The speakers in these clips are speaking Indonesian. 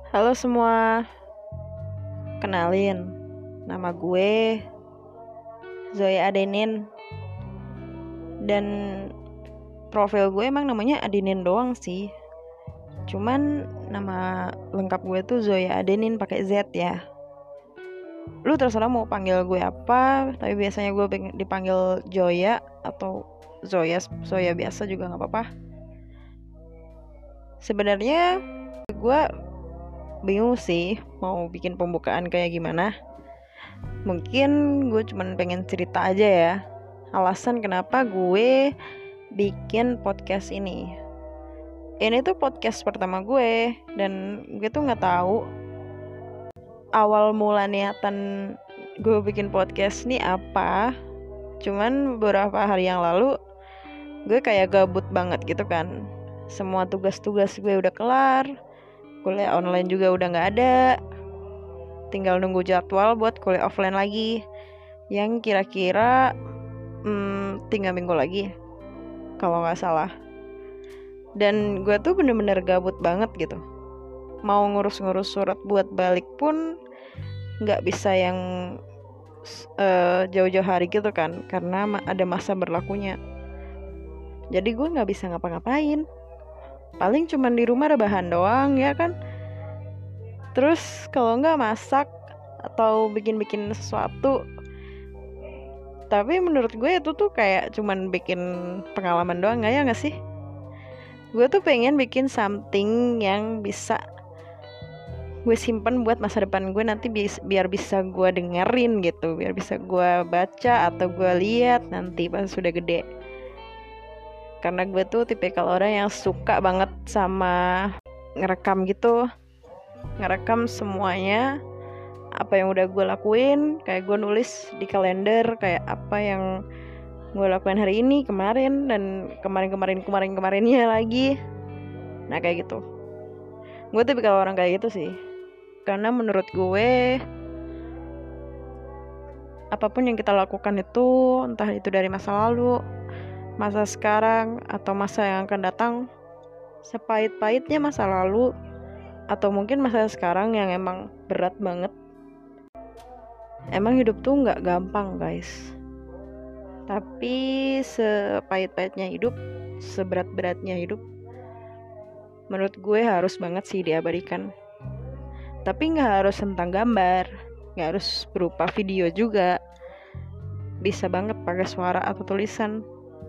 Halo semua, kenalin, nama gue Zoya Adenin. Dan profil gue emang namanya Adenin doang sih. Cuman nama lengkap gue tuh Zoya Adenin pakai Z ya. Lu terserah mau panggil gue apa, tapi biasanya gue dipanggil Joya atau Zoya biasa juga nggak apa-apa. Sebenarnya gue bingung sih mau bikin pembukaan kayak gimana. Mungkin gue cuman pengen cerita aja ya alasan kenapa gue bikin podcast ini. Ini tuh podcast pertama gue, dan gue tuh nggak tahu awal mula niatan gue bikin podcast nih apa. Cuman beberapa hari yang lalu gue kayak gabut banget gitu kan. Semua tugas-tugas gue udah kelar, kuliah online juga udah nggak ada, tinggal nunggu jadwal buat kuliah offline lagi yang kira-kira tinggal minggu lagi kalau nggak salah. Dan gue tuh bener-bener gabut banget gitu. Mau ngurus-ngurus surat buat balik pun nggak bisa yang jauh-jauh hari gitu kan, karena ada masa berlakunya. Jadi gue nggak bisa ngapa-ngapain. Paling cuman di rumah rebahan doang ya kan. Terus kalau nggak masak atau bikin-bikin sesuatu. Tapi menurut gue itu tuh kayak cuman bikin pengalaman doang, nggak sih? Gue tuh pengen bikin something yang bisa gue simpen buat masa depan gue nanti, biar bisa gue dengerin gitu, biar bisa gue baca atau gue lihat nanti pas sudah gede. Karena gue tuh tipikal orang yang suka banget sama ngerekam gitu, ngerekam semuanya apa yang udah gue lakuin. Kayak gue nulis di kalender kayak apa yang gue lakuin hari ini, kemarin, dan kemarinnya lagi. Nah kayak gitu. Gue tipikal orang kayak gitu sih. Karena menurut gue apapun yang kita lakukan itu, entah itu dari masa lalu, masa sekarang, atau masa yang akan datang, sepahit-pahitnya masa lalu atau mungkin masa sekarang yang emang berat banget, emang hidup tuh gak gampang guys. Tapi sepahit-pahitnya hidup, seberat-beratnya hidup, menurut gue harus banget sih diabadikan. Tapi gak harus tentang gambar, gak harus berupa video juga, bisa banget pakai suara atau tulisan.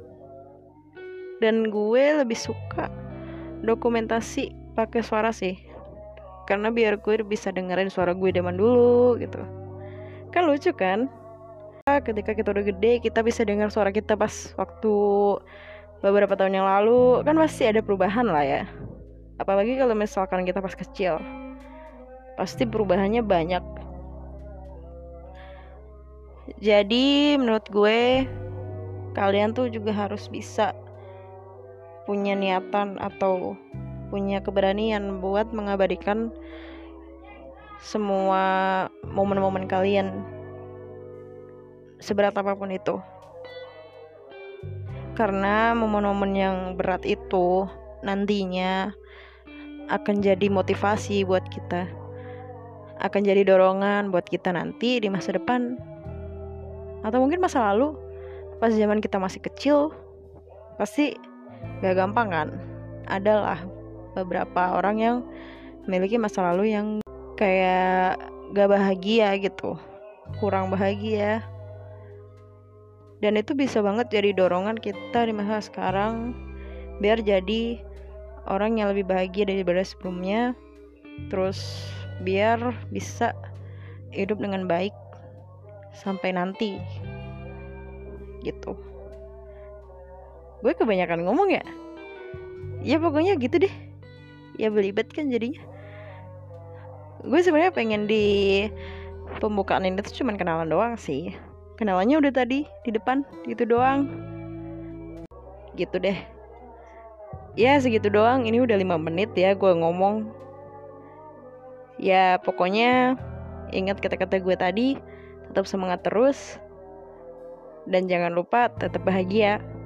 Dan gue lebih suka dokumentasi pakai suara sih, karena biar gue bisa dengerin suara gue zaman dulu gitu. Kan lucu kan, ketika kita udah gede kita bisa dengar suara kita pas waktu beberapa tahun yang lalu. Kan pasti ada perubahan lah ya. Apalagi kalau misalkan kita pas kecil, pasti perubahannya banyak. Jadi menurut gue kalian tuh juga harus bisa punya niatan atau punya keberanian buat mengabadikan semua momen-momen kalian, seberat apapun itu. Karena momen-momen yang berat itu nantinya akan jadi motivasi buat kita, akan jadi dorongan buat kita nanti di masa depan. Atau mungkin masa lalu, pas zaman kita masih kecil, pasti gak gampang kan. Adalah beberapa orang yang memiliki masa lalu yang kayak gak bahagia gitu, kurang bahagia. Dan itu bisa banget jadi dorongan kita di masa sekarang biar jadi orang yang lebih bahagia daripada sebelumnya. Terus biar bisa hidup dengan baik sampai nanti gitu. Gue kebanyakan ngomong ya. Ya pokoknya gitu deh. Ya belibet kan jadinya. Gue sebenarnya pengen di pembukaan ini tuh cuman kenalan doang sih. Kenalannya udah tadi di depan, gitu doang. Gitu deh. Ya segitu doang. Ini udah 5 menit ya gue ngomong. Ya pokoknya ingat kata-kata gue tadi. Tetap semangat terus. Dan jangan lupa tetap bahagia.